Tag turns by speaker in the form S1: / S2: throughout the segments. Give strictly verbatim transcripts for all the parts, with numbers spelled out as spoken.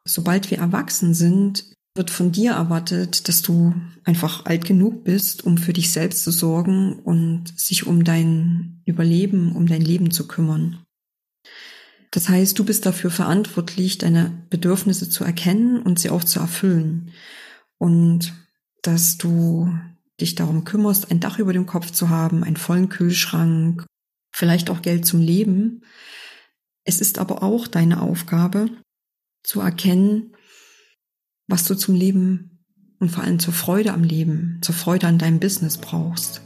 S1: Sobald wir erwachsen sind, wird von dir erwartet, dass du einfach alt genug bist, um für dich selbst zu sorgen und sich um dein Überleben, um dein Leben zu kümmern. Das heißt, du bist dafür verantwortlich, deine Bedürfnisse zu erkennen und sie auch zu erfüllen. Und dass du dich darum kümmerst, ein Dach über dem Kopf zu haben, einen vollen Kühlschrank, vielleicht auch Geld zum Leben. Es ist aber auch deine Aufgabe, zu erkennen, was du zum Leben und vor allem zur Freude am Leben, zur Freude an deinem Business brauchst.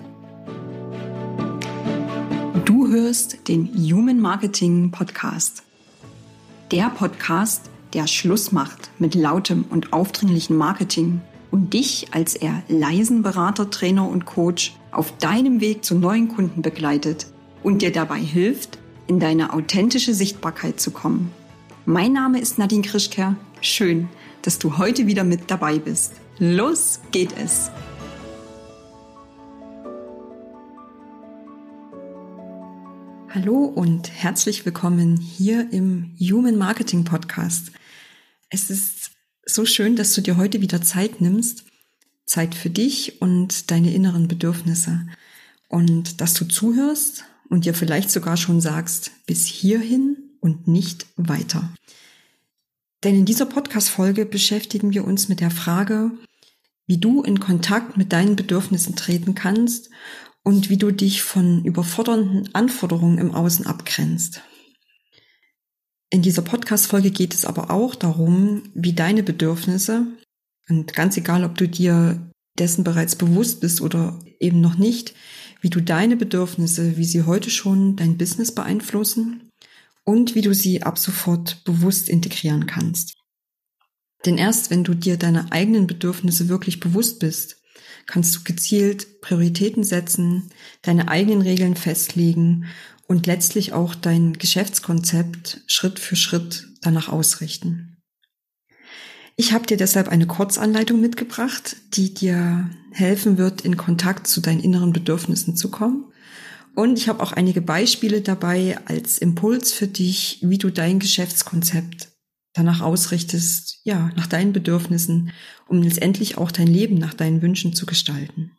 S2: Du hörst den Human Marketing Podcast. Der Podcast, der Schluss macht mit lautem und aufdringlichem Marketing und dich als eher leisen Berater, Trainer und Coach auf deinem Weg zu neuen Kunden begleitet und dir dabei hilft, in deine authentische Sichtbarkeit zu kommen. Mein Name ist Nadine Krischker. Schön, dass du heute wieder mit dabei bist. Los geht es!
S1: Hallo und herzlich willkommen hier im Human Marketing Podcast. Es ist so schön, dass du dir heute wieder Zeit nimmst, Zeit für dich und deine inneren Bedürfnisse und dass du zuhörst und dir vielleicht sogar schon sagst, bis hierhin und nicht weiter. Denn in dieser Podcast-Folge beschäftigen wir uns mit der Frage, wie du in Kontakt mit deinen Bedürfnissen treten kannst und wie du dich von überfordernden Anforderungen im Außen abgrenzt. In dieser Podcast-Folge geht es aber auch darum, wie deine Bedürfnisse, und ganz egal, ob du dir dessen bereits bewusst bist oder eben noch nicht, wie du deine Bedürfnisse, wie sie heute schon dein Business beeinflussen und wie du sie ab sofort bewusst integrieren kannst. Denn erst wenn du dir deine eigenen Bedürfnisse wirklich bewusst bist, kannst du gezielt Prioritäten setzen, deine eigenen Regeln festlegen und letztlich auch dein Geschäftskonzept Schritt für Schritt danach ausrichten. Ich habe dir deshalb eine Kurzanleitung mitgebracht, die dir helfen wird, in Kontakt zu deinen inneren Bedürfnissen zu kommen. Und ich habe auch einige Beispiele dabei als Impuls für dich, wie du dein Geschäftskonzept danach ausrichtest, ja, nach deinen Bedürfnissen, um letztendlich auch dein Leben nach deinen Wünschen zu gestalten.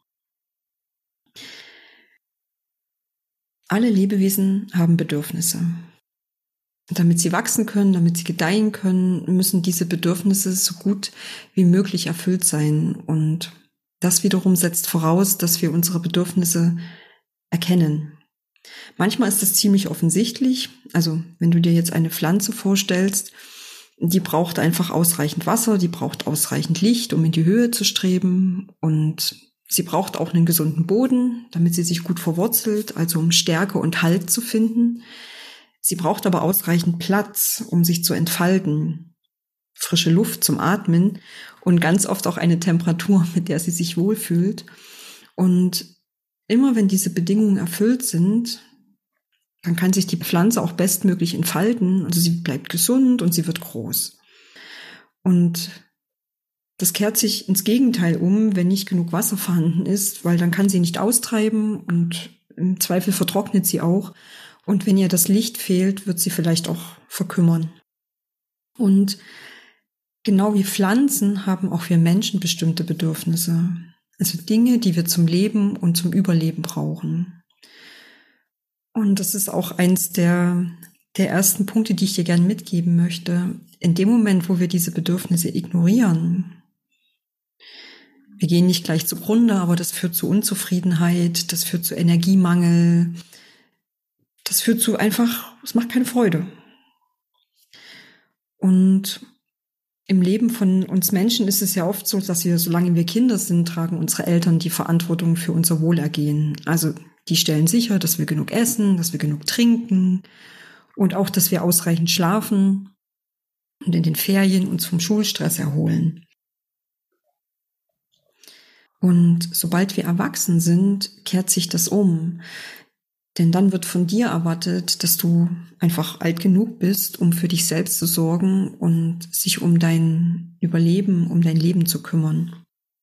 S1: Alle Lebewesen haben Bedürfnisse. Und damit sie wachsen können, damit sie gedeihen können, müssen diese Bedürfnisse so gut wie möglich erfüllt sein. Und das wiederum setzt voraus, dass wir unsere Bedürfnisse erkennen. Manchmal ist das ziemlich offensichtlich. Also wenn du dir jetzt eine Pflanze vorstellst, die braucht einfach ausreichend Wasser, die braucht ausreichend Licht, um in die Höhe zu streben, und sie braucht auch einen gesunden Boden, damit sie sich gut verwurzelt, also um Stärke und Halt zu finden. Sie braucht aber ausreichend Platz, um sich zu entfalten, frische Luft zum Atmen und ganz oft auch eine Temperatur, mit der sie sich wohlfühlt. Und immer wenn diese Bedingungen erfüllt sind, dann kann sich die Pflanze auch bestmöglich entfalten. Also sie bleibt gesund und sie wird groß. Und das kehrt sich ins Gegenteil um, wenn nicht genug Wasser vorhanden ist, weil dann kann sie nicht austreiben und im Zweifel vertrocknet sie auch. Und wenn ihr das Licht fehlt, wird sie vielleicht auch verkümmern. Und genau wie Pflanzen haben auch wir Menschen bestimmte Bedürfnisse. Also Dinge, die wir zum Leben und zum Überleben brauchen. Und das ist auch eins der, der ersten Punkte, die ich dir gerne mitgeben möchte. In dem Moment, wo wir diese Bedürfnisse ignorieren, wir gehen nicht gleich zugrunde, aber das führt zu Unzufriedenheit, das führt zu Energiemangel, das führt zu einfach, es macht keine Freude. Und im Leben von uns Menschen ist es ja oft so, dass wir, solange wir Kinder sind, tragen unsere Eltern die Verantwortung für unser Wohlergehen. Also die stellen sicher, dass wir genug essen, dass wir genug trinken und auch, dass wir ausreichend schlafen und in den Ferien uns vom Schulstress erholen. Und sobald wir erwachsen sind, kehrt sich das um. Denn dann wird von dir erwartet, dass du einfach alt genug bist, um für dich selbst zu sorgen und sich um dein Überleben, um dein Leben zu kümmern.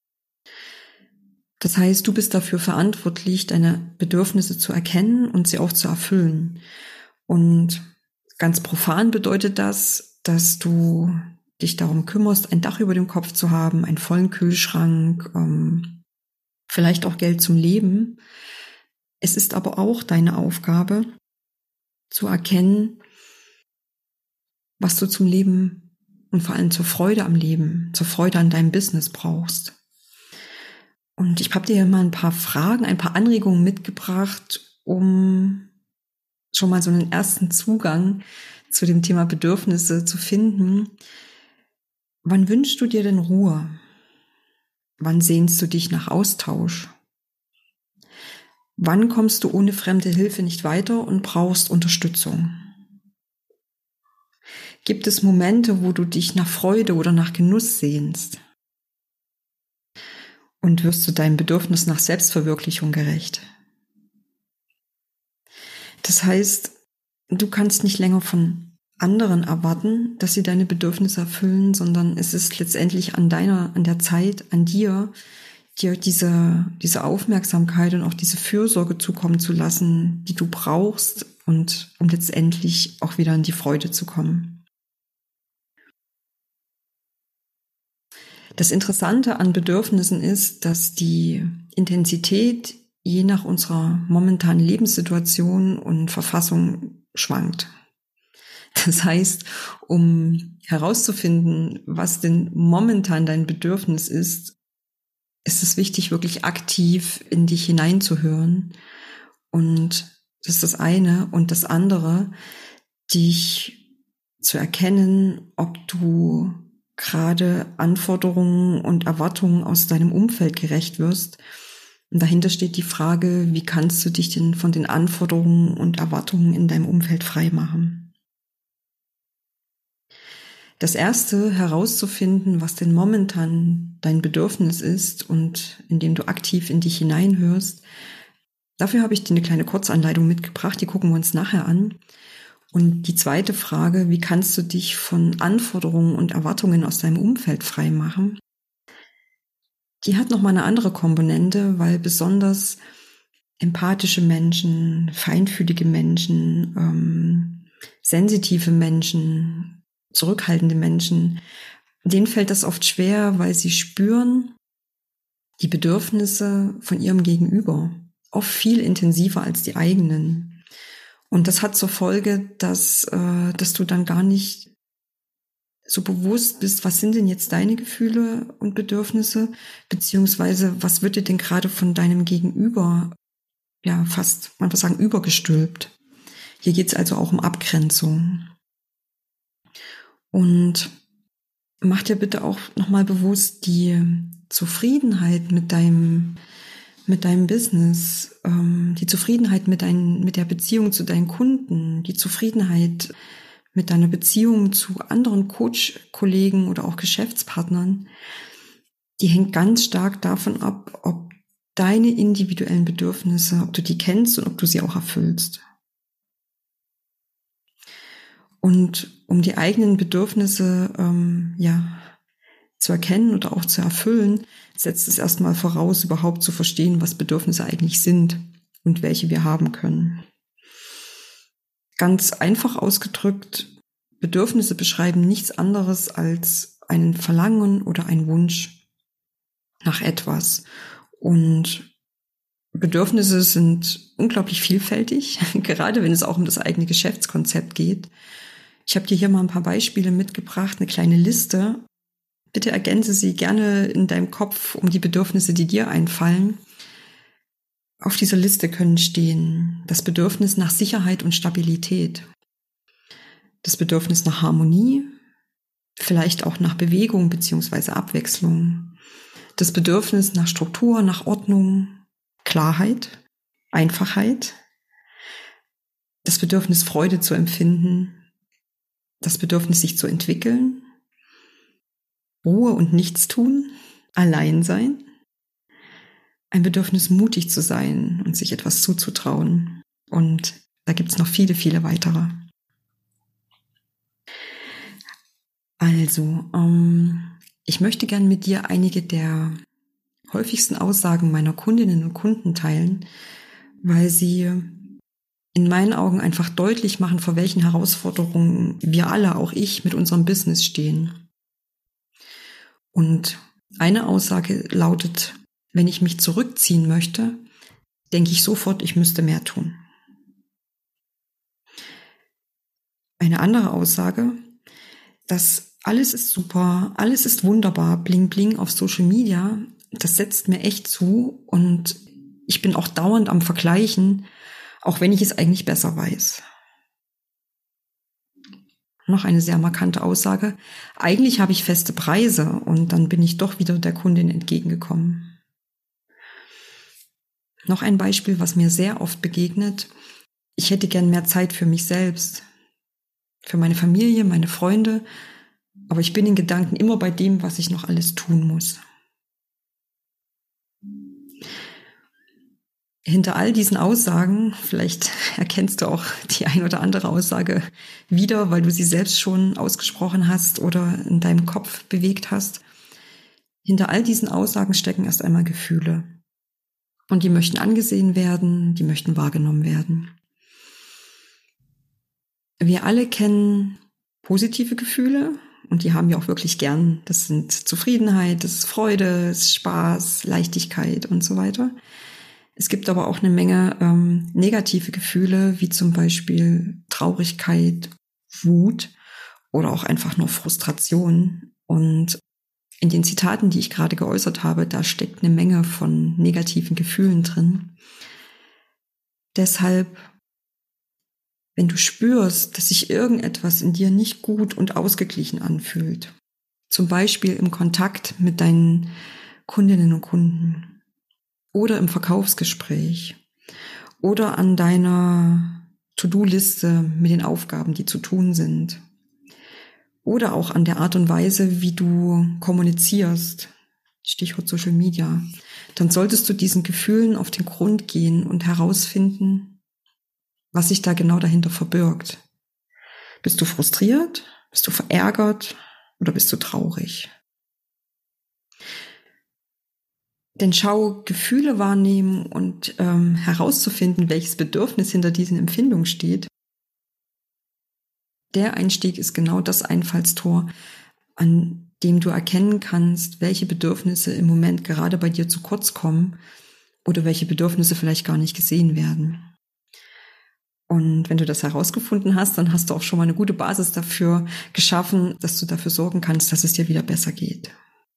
S1: Das heißt, du bist dafür verantwortlich, deine Bedürfnisse zu erkennen und sie auch zu erfüllen. Und ganz profan bedeutet das, dass du dich darum kümmerst, ein Dach über dem Kopf zu haben, einen vollen Kühlschrank, ähm, vielleicht auch Geld zum Leben. Es ist aber auch deine Aufgabe, zu erkennen, was du zum Leben und vor allem zur Freude am Leben, zur Freude an deinem Business brauchst. Und ich habe dir mal ein paar Fragen, ein paar Anregungen mitgebracht, um schon mal so einen ersten Zugang zu dem Thema Bedürfnisse zu finden. Wann wünschst du dir denn Ruhe? Wann sehnst du dich nach Austausch? Wann kommst du ohne fremde Hilfe nicht weiter und brauchst Unterstützung? Gibt es Momente, wo du dich nach Freude oder nach Genuss sehnst? Und wirst du deinem Bedürfnis nach Selbstverwirklichung gerecht? Das heißt, du kannst nicht länger von anderen erwarten, dass sie deine Bedürfnisse erfüllen, sondern es ist letztendlich an deiner, an der Zeit, an dir, dir diese, diese Aufmerksamkeit und auch diese Fürsorge zukommen zu lassen, die du brauchst, und um letztendlich auch wieder in die Freude zu kommen. Das Interessante an Bedürfnissen ist, dass die Intensität je nach unserer momentanen Lebenssituation und Verfassung schwankt. Das heißt, um herauszufinden, was denn momentan dein Bedürfnis ist, ist es wichtig, wirklich aktiv in dich hineinzuhören. Und das ist das eine. Und das andere, dich zu erkennen, ob du gerade Anforderungen und Erwartungen aus deinem Umfeld gerecht wirst. Und dahinter steht die Frage, wie kannst du dich denn von den Anforderungen und Erwartungen in deinem Umfeld frei machen? Das erste, herauszufinden, was denn momentan dein Bedürfnis ist und indem du aktiv in dich hineinhörst. Dafür habe ich dir eine kleine Kurzanleitung mitgebracht, die gucken wir uns nachher an. Und die zweite Frage, wie kannst du dich von Anforderungen und Erwartungen aus deinem Umfeld frei machen? Die hat nochmal eine andere Komponente, weil besonders empathische Menschen, feinfühlige Menschen, ähm, sensitive Menschen, zurückhaltende Menschen, denen fällt das oft schwer, weil sie spüren die Bedürfnisse von ihrem Gegenüber oft viel intensiver als die eigenen. Und das hat zur Folge, dass, äh, dass du dann gar nicht so bewusst bist, was sind denn jetzt deine Gefühle und Bedürfnisse, beziehungsweise was wird dir denn gerade von deinem Gegenüber, ja fast, man würde sagen, übergestülpt. Hier geht es also auch um Abgrenzung. Und mach dir bitte auch nochmal bewusst, die Zufriedenheit mit deinem mit deinem Business, ähm, die Zufriedenheit mit, dein, mit der Beziehung zu deinen Kunden, die Zufriedenheit mit deiner Beziehung zu anderen Coach-Kollegen oder auch Geschäftspartnern, die hängt ganz stark davon ab, ob deine individuellen Bedürfnisse, ob du die kennst und ob du sie auch erfüllst. Und um die eigenen Bedürfnisse ähm, ja zu erkennen oder auch zu erfüllen, setzt es erstmal voraus, überhaupt zu verstehen, was Bedürfnisse eigentlich sind und welche wir haben können. Ganz einfach ausgedrückt, Bedürfnisse beschreiben nichts anderes als ein Verlangen oder ein Wunsch nach etwas. Und Bedürfnisse sind unglaublich vielfältig, gerade wenn es auch um das eigene Geschäftskonzept geht. Ich habe dir hier mal ein paar Beispiele mitgebracht, eine kleine Liste. Bitte ergänze sie gerne in deinem Kopf um die Bedürfnisse, die dir einfallen. Auf dieser Liste können stehen das Bedürfnis nach Sicherheit und Stabilität, das Bedürfnis nach Harmonie, vielleicht auch nach Bewegung bzw. Abwechslung, das Bedürfnis nach Struktur, nach Ordnung, Klarheit, Einfachheit, das Bedürfnis Freude zu empfinden, das Bedürfnis sich zu entwickeln, Ruhe und Nichtstun, Alleinsein, ein Bedürfnis mutig zu sein und sich etwas zuzutrauen. Und da gibt es noch viele, viele weitere. Also, ähm, ich möchte gern mit dir einige der häufigsten Aussagen meiner Kundinnen und Kunden teilen, weil sie in meinen Augen einfach deutlich machen, vor welchen Herausforderungen wir alle, auch ich, mit unserem Business stehen. Und eine Aussage lautet, wenn ich mich zurückziehen möchte, denke ich sofort, ich müsste mehr tun. Eine andere Aussage, dass alles ist super, alles ist wunderbar, bling bling auf Social Media, das setzt mir echt zu und ich bin auch dauernd am Vergleichen, auch wenn ich es eigentlich besser weiß. Noch eine sehr markante Aussage, eigentlich habe ich feste Preise und dann bin ich doch wieder der Kundin entgegengekommen. Noch ein Beispiel, was mir sehr oft begegnet, ich hätte gern mehr Zeit für mich selbst, für meine Familie, meine Freunde, aber ich bin in Gedanken immer bei dem, was ich noch alles tun muss. Hinter all diesen Aussagen, vielleicht erkennst du auch die ein oder andere Aussage wieder, weil du sie selbst schon ausgesprochen hast oder in deinem Kopf bewegt hast. Hinter all diesen Aussagen stecken erst einmal Gefühle. Und die möchten angesehen werden, die möchten wahrgenommen werden. Wir alle kennen positive Gefühle und die haben wir auch wirklich gern. Das sind Zufriedenheit, das ist Freude, das ist Spaß, Leichtigkeit und so weiter. Es gibt aber auch eine Menge ähm, negative Gefühle, wie zum Beispiel Traurigkeit, Wut oder auch einfach nur Frustration. Und in den Zitaten, die ich gerade geäußert habe, da steckt eine Menge von negativen Gefühlen drin. Deshalb, wenn du spürst, dass sich irgendetwas in dir nicht gut und ausgeglichen anfühlt, zum Beispiel im Kontakt mit deinen Kundinnen und Kunden, oder im Verkaufsgespräch oder an deiner To-Do-Liste mit den Aufgaben, die zu tun sind. Oder auch an der Art und Weise, wie du kommunizierst, Stichwort Social Media. Dann solltest du diesen Gefühlen auf den Grund gehen und herausfinden, was sich da genau dahinter verbirgt. Bist du frustriert? Bist du verärgert? Oder bist du traurig? Denn schau, Gefühle wahrnehmen und ähm, herauszufinden, welches Bedürfnis hinter diesen Empfindungen steht. Der Einstieg ist genau das Einfallstor, an dem du erkennen kannst, welche Bedürfnisse im Moment gerade bei dir zu kurz kommen oder welche Bedürfnisse vielleicht gar nicht gesehen werden. Und wenn du das herausgefunden hast, dann hast du auch schon mal eine gute Basis dafür geschaffen, dass du dafür sorgen kannst, dass es dir wieder besser geht.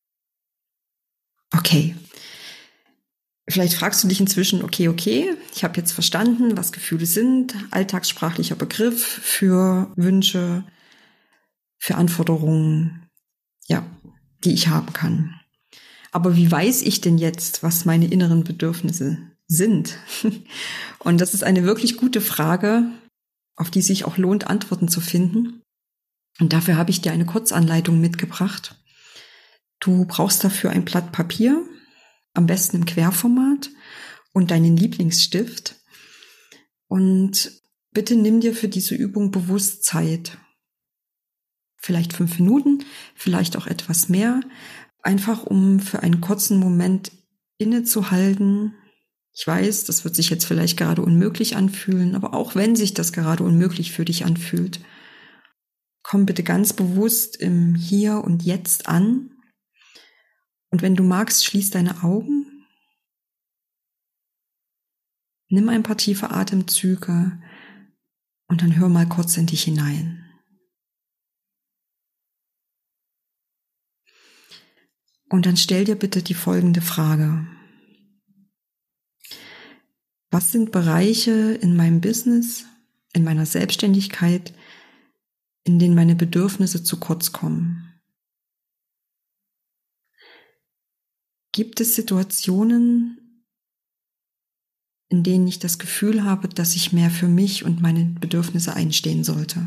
S1: Okay. Vielleicht fragst du dich inzwischen, okay, okay, ich habe jetzt verstanden, was Gefühle sind, alltagssprachlicher Begriff für Wünsche, für Anforderungen, ja, die ich haben kann. Aber wie weiß ich denn jetzt, was meine inneren Bedürfnisse sind? Und das ist eine wirklich gute Frage, auf die sich auch lohnt, Antworten zu finden. Und dafür habe ich dir eine Kurzanleitung mitgebracht. Du brauchst dafür ein Blatt Papier, am besten im Querformat und deinen Lieblingsstift. Und bitte nimm dir für diese Übung bewusst Zeit. Vielleicht fünf Minuten, vielleicht auch etwas mehr. Einfach um für einen kurzen Moment innezuhalten. Ich weiß, das wird sich jetzt vielleicht gerade unmöglich anfühlen, aber auch wenn sich das gerade unmöglich für dich anfühlt, komm bitte ganz bewusst im Hier und Jetzt an. Und wenn du magst, schließ deine Augen. Nimm ein paar tiefe Atemzüge und dann hör mal kurz in dich hinein. Und dann stell dir bitte die folgende Frage. Was sind Bereiche in meinem Business, in meiner Selbstständigkeit, in denen meine Bedürfnisse zu kurz kommen? Gibt es Situationen, in denen ich das Gefühl habe, dass ich mehr für mich und meine Bedürfnisse einstehen sollte?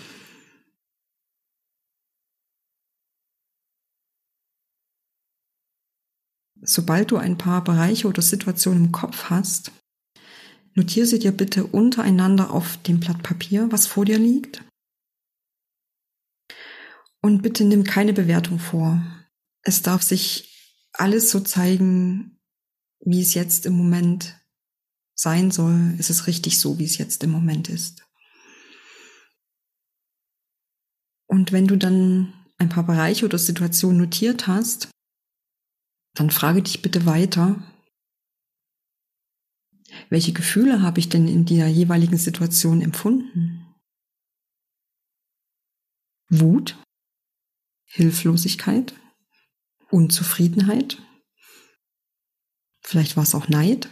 S1: Sobald du ein paar Bereiche oder Situationen im Kopf hast, notiere sie dir bitte untereinander auf dem Blatt Papier, was vor dir liegt. Und bitte nimm keine Bewertung vor. Es darf sich alles so zeigen, wie es jetzt im Moment sein soll. Es ist richtig so, wie es jetzt im Moment ist. Und wenn du dann ein paar Bereiche oder Situationen notiert hast, dann frage dich bitte weiter, welche Gefühle habe ich denn in der jeweiligen Situation empfunden? Wut, Hilflosigkeit, Unzufriedenheit, vielleicht war es auch Neid.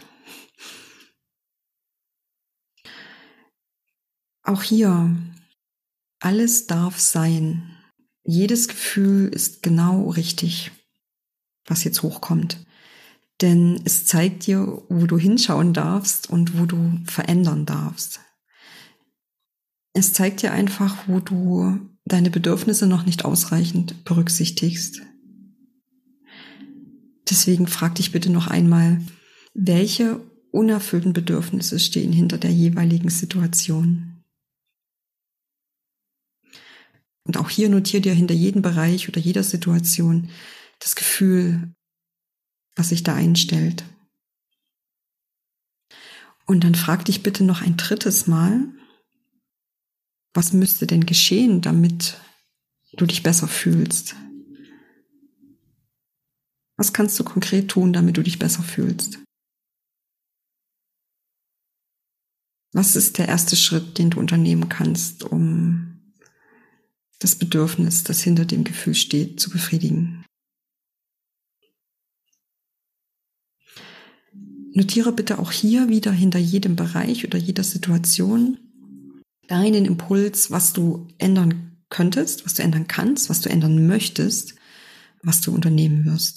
S1: Auch hier, alles darf sein. Jedes Gefühl ist genau richtig, was jetzt hochkommt. Denn es zeigt dir, wo du hinschauen darfst und wo du verändern darfst. Es zeigt dir einfach, wo du deine Bedürfnisse noch nicht ausreichend berücksichtigst. Deswegen frag dich bitte noch einmal, welche unerfüllten Bedürfnisse stehen hinter der jeweiligen Situation? Und auch hier notier dir hinter jedem Bereich oder jeder Situation das Gefühl, was sich da einstellt. Und dann frag dich bitte noch ein drittes Mal, was müsste denn geschehen, damit du dich besser fühlst? Was kannst du konkret tun, damit du dich besser fühlst? Was ist der erste Schritt, den du unternehmen kannst, um das Bedürfnis, das hinter dem Gefühl steht, zu befriedigen? Notiere bitte auch hier wieder hinter jedem Bereich oder jeder Situation deinen Impuls, was du ändern könntest, was du ändern kannst, was du ändern möchtest, was du unternehmen wirst.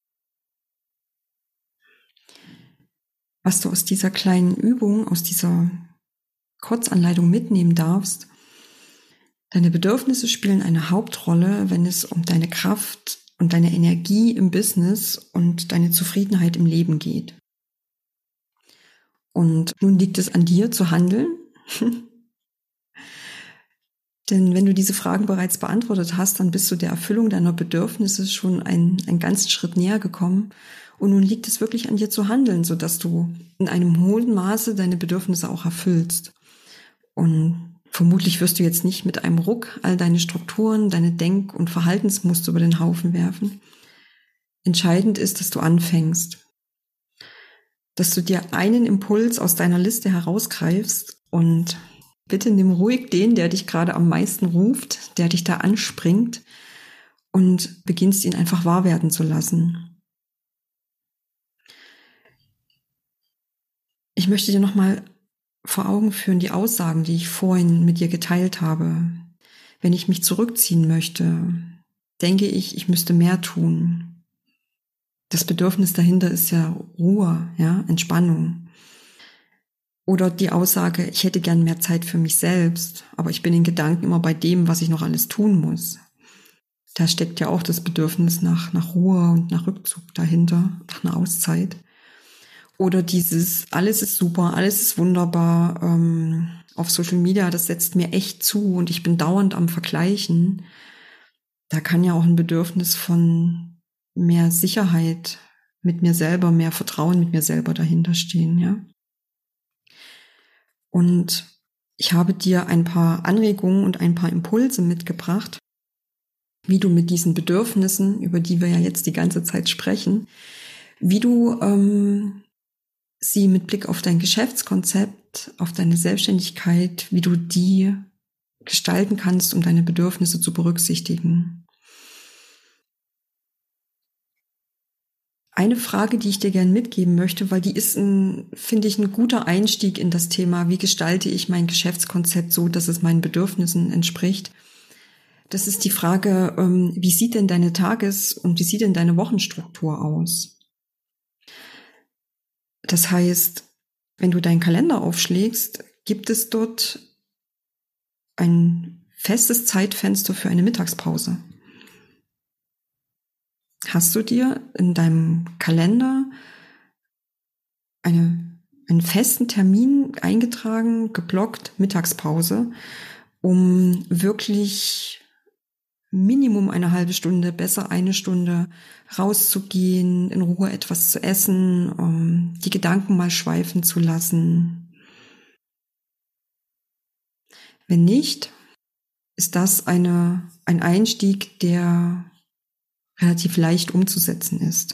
S1: Was du aus dieser kleinen Übung, aus dieser Kurzanleitung mitnehmen darfst: Deine Bedürfnisse spielen eine Hauptrolle, wenn es um deine Kraft und deine Energie im Business und deine Zufriedenheit im Leben geht. Und nun liegt es an dir zu handeln. Denn wenn du diese Fragen bereits beantwortet hast, dann bist du der Erfüllung deiner Bedürfnisse schon einen, einen ganzen Schritt näher gekommen. Und nun liegt es wirklich an dir zu handeln, sodass du in einem hohen Maße deine Bedürfnisse auch erfüllst. Und vermutlich wirst du jetzt nicht mit einem Ruck all deine Strukturen, deine Denk- und Verhaltensmuster über den Haufen werfen. Entscheidend ist, dass du anfängst. Dass du dir einen Impuls aus deiner Liste herausgreifst und bitte nimm ruhig den, der dich gerade am meisten ruft, der dich da anspringt, und beginnst ihn einfach wahr werden zu lassen. Ich möchte dir nochmal vor Augen führen die Aussagen, die ich vorhin mit dir geteilt habe. Wenn ich mich zurückziehen möchte, denke ich, ich müsste mehr tun. Das Bedürfnis dahinter ist ja Ruhe, ja, Entspannung. Oder die Aussage, ich hätte gern mehr Zeit für mich selbst, aber ich bin in Gedanken immer bei dem, was ich noch alles tun muss. Da steckt ja auch das Bedürfnis nach, nach Ruhe und nach Rückzug dahinter, nach einer Auszeit. Oder dieses, alles ist super, alles ist wunderbar, ähm, auf Social Media, das setzt mir echt zu und ich bin dauernd am Vergleichen. Da kann ja auch ein Bedürfnis von mehr Sicherheit mit mir selber, mehr Vertrauen mit mir selber dahinter stehen, ja. Und ich habe dir ein paar Anregungen und ein paar Impulse mitgebracht, wie du mit diesen Bedürfnissen, über die wir ja jetzt die ganze Zeit sprechen, wie du ähm, sie mit Blick auf dein Geschäftskonzept, auf deine Selbstständigkeit, wie du die gestalten kannst, um deine Bedürfnisse zu berücksichtigen. Eine Frage, die ich dir gerne mitgeben möchte, weil die ist, ein, finde ich, ein guter Einstieg in das Thema, wie gestalte ich mein Geschäftskonzept so, dass es meinen Bedürfnissen entspricht. Das ist die Frage, wie sieht denn deine Tages- und wie sieht denn deine Wochenstruktur aus? Das heißt, wenn du deinen Kalender aufschlägst, gibt es dort ein festes Zeitfenster für eine Mittagspause. Hast du dir in deinem Kalender eine, einen festen Termin eingetragen, geblockt, Mittagspause, um wirklich Minimum eine halbe Stunde, besser eine Stunde rauszugehen, in Ruhe etwas zu essen, um die Gedanken mal schweifen zu lassen? Wenn nicht, ist das eine, ein Einstieg, der relativ leicht umzusetzen ist.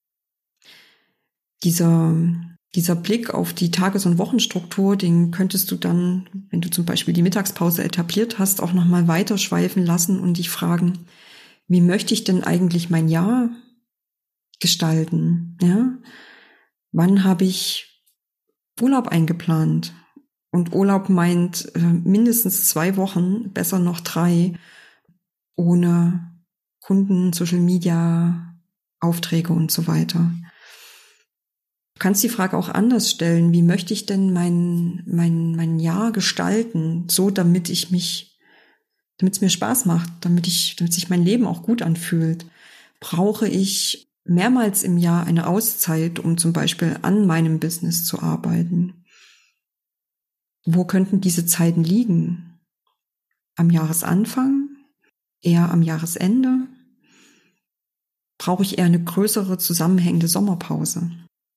S1: Dieser, dieser Blick auf die Tages- und Wochenstruktur, den könntest du dann, wenn du zum Beispiel die Mittagspause etabliert hast, auch nochmal weiterschweifen lassen und dich fragen, wie möchte ich denn eigentlich mein Jahr gestalten? Ja? Wann habe ich Urlaub eingeplant? Und Urlaub meint äh, mindestens zwei Wochen, besser noch drei, ohne Kunden, Social Media, Aufträge und so weiter. Du kannst die Frage auch anders stellen. Wie möchte ich denn mein, mein, mein Jahr gestalten, so damit ich mich, damit es mir Spaß macht, damit ich, damit sich mein Leben auch gut anfühlt? Brauche ich mehrmals im Jahr eine Auszeit, um zum Beispiel an meinem Business zu arbeiten? Wo könnten diese Zeiten liegen? Am Jahresanfang? Eher am Jahresende? Brauche ich eher eine größere zusammenhängende Sommerpause?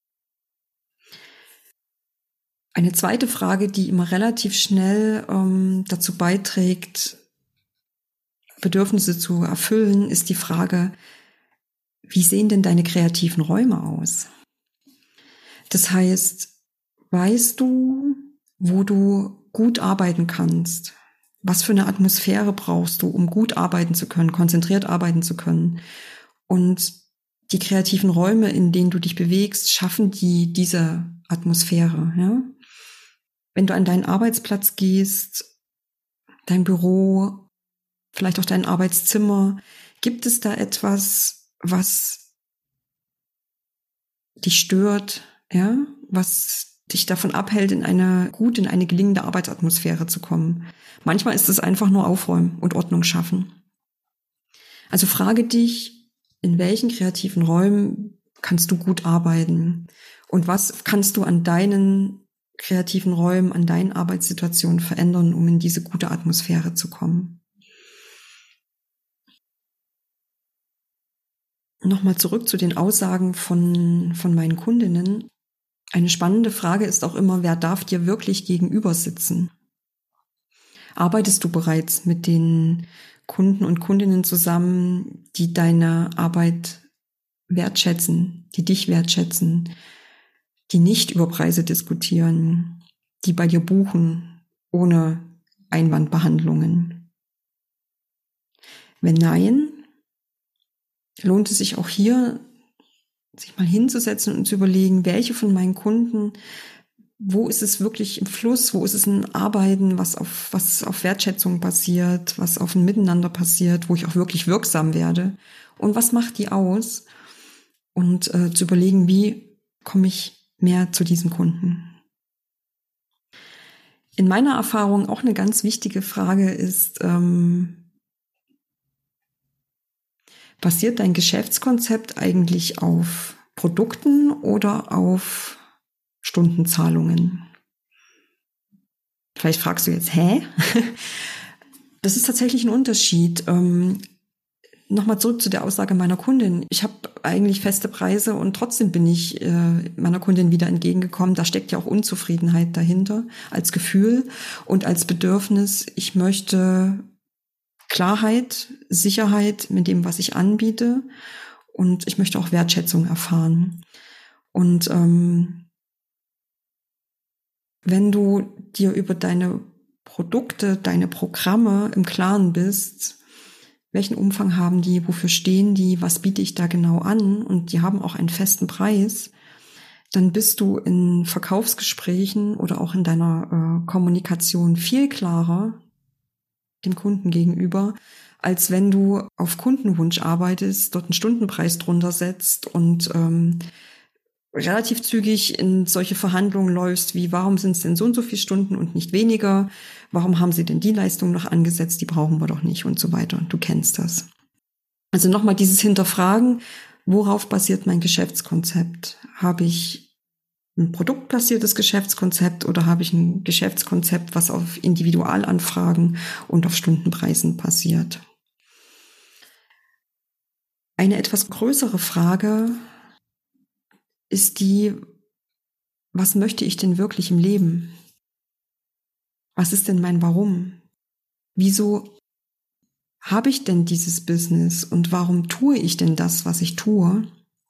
S1: Eine zweite Frage, die immer relativ schnell ähm, dazu beiträgt, Bedürfnisse zu erfüllen, ist die Frage, wie sehen denn deine kreativen Räume aus? Das heißt, weißt du, wo du gut arbeiten kannst? Was für eine Atmosphäre brauchst du, um gut arbeiten zu können, konzentriert arbeiten zu können? Und die kreativen Räume, in denen du dich bewegst, schaffen die diese Atmosphäre. Ja? Wenn du an deinen Arbeitsplatz gehst, dein Büro, vielleicht auch dein Arbeitszimmer, gibt es da etwas, was dich stört, ja, was dich davon abhält, in eine gut, in eine gelingende Arbeitsatmosphäre zu kommen? Manchmal ist es einfach nur Aufräumen und Ordnung schaffen. Also frage dich, in welchen kreativen Räumen kannst du gut arbeiten? Und was kannst du an deinen kreativen Räumen, an deinen Arbeitssituationen verändern, um in diese gute Atmosphäre zu kommen? Nochmal zurück zu den Aussagen von, von meinen Kundinnen. Eine spannende Frage ist auch immer, wer darf dir wirklich gegenüber sitzen? Arbeitest du bereits mit den Kunden und Kundinnen zusammen, die deine Arbeit wertschätzen, die dich wertschätzen, die nicht über Preise diskutieren, die bei dir buchen, ohne Einwandbehandlungen? Wenn nein, lohnt es sich auch hier, sich mal hinzusetzen und zu überlegen, welche von meinen Kunden, wo ist es wirklich im Fluss, wo ist es ein Arbeiten, was auf, was auf Wertschätzung basiert, was auf ein Miteinander passiert, wo ich auch wirklich wirksam werde, und was macht die aus? Und äh, zu überlegen, wie komme ich mehr zu diesen Kunden? In meiner Erfahrung auch eine ganz wichtige Frage ist, ähm, basiert dein Geschäftskonzept eigentlich auf Produkten oder auf Stundenzahlungen? Vielleicht fragst du jetzt, hä? Das ist tatsächlich ein Unterschied. Ähm, Nochmal zurück zu der Aussage meiner Kundin. Ich habe eigentlich feste Preise und trotzdem bin ich äh, meiner Kundin wieder entgegengekommen. Da steckt ja auch Unzufriedenheit dahinter als Gefühl und als Bedürfnis. Ich möchte Klarheit, Sicherheit mit dem, was ich anbiete, und ich möchte auch Wertschätzung erfahren. Und ähm, wenn du dir über deine Produkte, deine Programme im Klaren bist, welchen Umfang haben die, wofür stehen die, was biete ich da genau an, und die haben auch einen festen Preis, dann bist du in Verkaufsgesprächen oder auch in deiner äh, Kommunikation viel klarer dem Kunden gegenüber, als wenn du auf Kundenwunsch arbeitest, dort einen Stundenpreis drunter setzt und ähm, relativ zügig in solche Verhandlungen läufst, wie warum sind es denn so und so viele Stunden und nicht weniger, warum haben sie denn die Leistung noch angesetzt, die brauchen wir doch nicht und so weiter. Du kennst das. Also nochmal dieses Hinterfragen, worauf basiert mein Geschäftskonzept? Habe ich ein produktbasiertes Geschäftskonzept oder habe ich ein Geschäftskonzept, was auf Individualanfragen und auf Stundenpreisen basiert? Eine etwas größere Frage ist die, was möchte ich denn wirklich im Leben? Was ist denn mein Warum? Wieso habe ich denn dieses Business und warum tue ich denn das, was ich tue?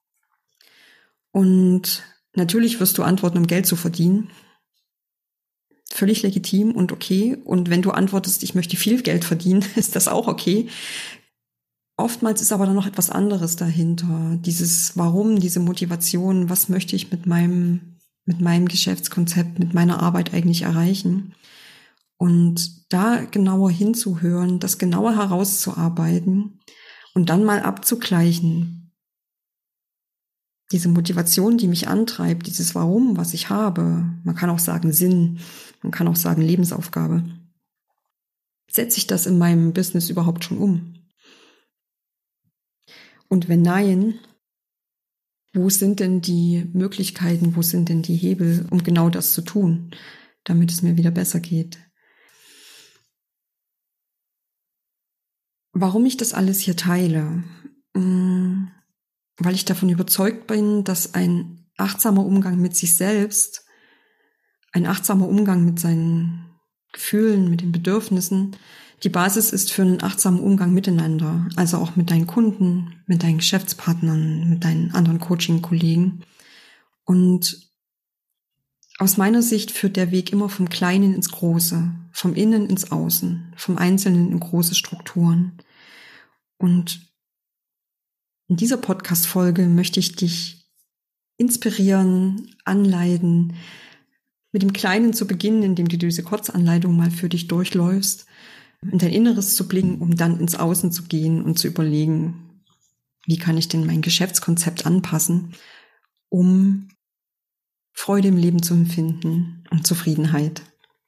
S1: Und natürlich wirst du antworten, um Geld zu verdienen. Völlig legitim und okay. Und wenn du antwortest, ich möchte viel Geld verdienen, ist das auch okay. Oftmals ist aber dann noch etwas anderes dahinter. Dieses Warum, diese Motivation, was möchte ich mit meinem, mit meinem Geschäftskonzept, mit meiner Arbeit eigentlich erreichen? Und da genauer hinzuhören, das genauer herauszuarbeiten und dann mal abzugleichen. Diese Motivation, die mich antreibt, dieses Warum, was ich habe, man kann auch sagen Sinn, man kann auch sagen Lebensaufgabe. Setze ich das in meinem Business überhaupt schon um? Und wenn nein, wo sind denn die Möglichkeiten, wo sind denn die Hebel, um genau das zu tun, damit es mir wieder besser geht? Warum ich das alles hier teile? Weil ich davon überzeugt bin, dass ein achtsamer Umgang mit sich selbst, ein achtsamer Umgang mit seinen Gefühlen, mit den Bedürfnissen, die Basis ist für einen achtsamen Umgang miteinander, also auch mit deinen Kunden, mit deinen Geschäftspartnern, mit deinen anderen Coaching-Kollegen. Und aus meiner Sicht führt der Weg immer vom Kleinen ins Große, vom Innen ins Außen, vom Einzelnen in große Strukturen. Und in dieser Podcast-Folge möchte ich dich inspirieren, anleiten, mit dem Kleinen zu beginnen, indem du diese Kurzanleitung mal für dich durchläufst, in dein Inneres zu blicken, um dann ins Außen zu gehen und zu überlegen, wie kann ich denn mein Geschäftskonzept anpassen, um Freude im Leben zu empfinden und Zufriedenheit.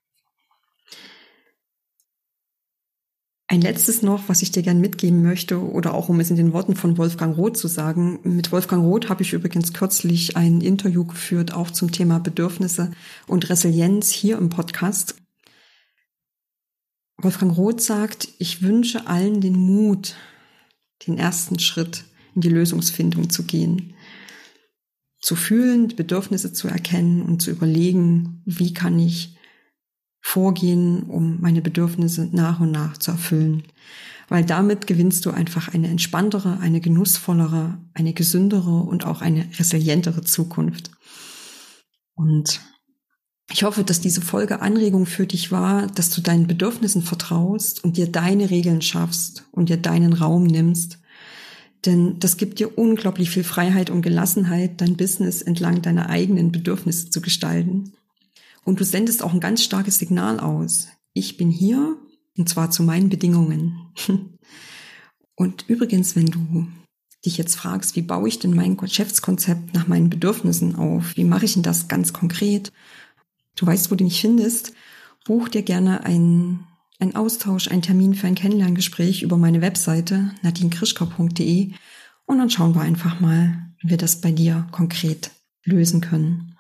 S1: Ein letztes noch, was ich dir gern mitgeben möchte, oder auch um es in den Worten von Wolfgang Roth zu sagen. Mit Wolfgang Roth habe ich übrigens kürzlich ein Interview geführt, auch zum Thema Bedürfnisse und Resilienz hier im Podcast. Wolfgang Roth sagt, ich wünsche allen den Mut, den ersten Schritt in die Lösungsfindung zu gehen, zu fühlen, die Bedürfnisse zu erkennen und zu überlegen, wie kann ich vorgehen, um meine Bedürfnisse nach und nach zu erfüllen. Weil damit gewinnst du einfach eine entspanntere, eine genussvollere, eine gesündere und auch eine resilientere Zukunft. Und ich hoffe, dass diese Folge Anregung für dich war, dass du deinen Bedürfnissen vertraust und dir deine Regeln schaffst und dir deinen Raum nimmst. Denn das gibt dir unglaublich viel Freiheit und Gelassenheit, dein Business entlang deiner eigenen Bedürfnisse zu gestalten. Und du sendest auch ein ganz starkes Signal aus. Ich bin hier, und zwar zu meinen Bedingungen. Und übrigens, wenn du dich jetzt fragst, wie baue ich denn mein Geschäftskonzept nach meinen Bedürfnissen auf? Wie mache ich denn das ganz konkret? Du weißt, wo du mich findest. Buch dir gerne einen, einen Austausch, einen Termin für ein Kennenlerngespräch über meine Webseite nadine krischka punkt de und dann schauen wir einfach mal, wie wir das bei dir konkret lösen können.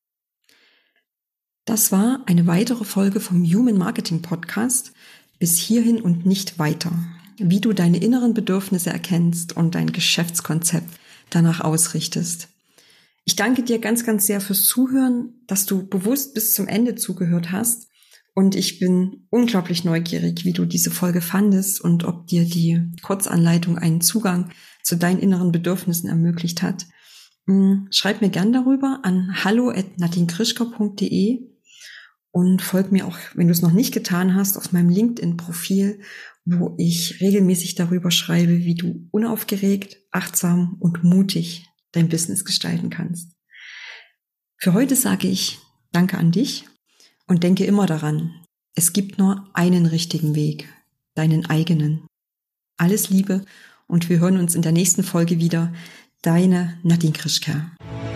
S1: Das war eine weitere Folge vom Human Marketing Podcast. Bis hierhin und nicht weiter. Wie du deine inneren Bedürfnisse erkennst und dein Geschäftskonzept danach ausrichtest. Ich danke dir ganz, ganz sehr fürs Zuhören, dass du bewusst bis zum Ende zugehört hast. Und ich bin unglaublich neugierig, wie du diese Folge fandest und ob dir die Kurzanleitung einen Zugang zu deinen inneren Bedürfnissen ermöglicht hat. Schreib mir gern darüber an hallo at nadine krischka punkt de und folg mir auch, wenn du es noch nicht getan hast, auf meinem LinkedIn-Profil, wo ich regelmäßig darüber schreibe, wie du unaufgeregt, achtsam und mutig dein Business gestalten kannst. Für heute sage ich Danke an dich und denke immer daran, es gibt nur einen richtigen Weg, deinen eigenen. Alles Liebe und wir hören uns in der nächsten Folge wieder. Deine Nadine Krischka.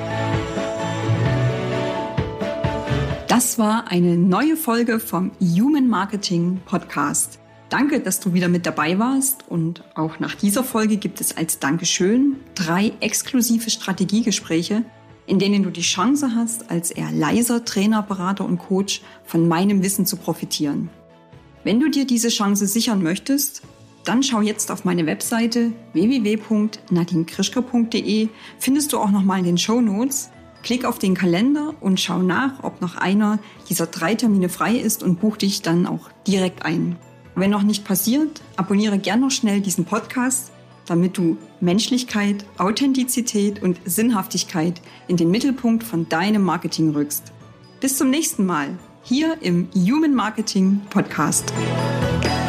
S2: Das war eine neue Folge vom Human Marketing Podcast. Danke, dass du wieder mit dabei warst und auch nach dieser Folge gibt es als Dankeschön drei exklusive Strategiegespräche, in denen du die Chance hast, als eher leiser Trainer, Berater und Coach von meinem Wissen zu profitieren. Wenn du dir diese Chance sichern möchtest, dann schau jetzt auf meine Webseite w w w punkt nadine krischka punkt de, findest du auch nochmal in den Shownotes. Klick auf den Kalender und schau nach, ob noch einer dieser drei Termine frei ist und buch dich dann auch direkt ein. Wenn noch nicht passiert, abonniere gern noch schnell diesen Podcast, damit du Menschlichkeit, Authentizität und Sinnhaftigkeit in den Mittelpunkt von deinem Marketing rückst. Bis zum nächsten Mal, hier im Human Marketing Podcast.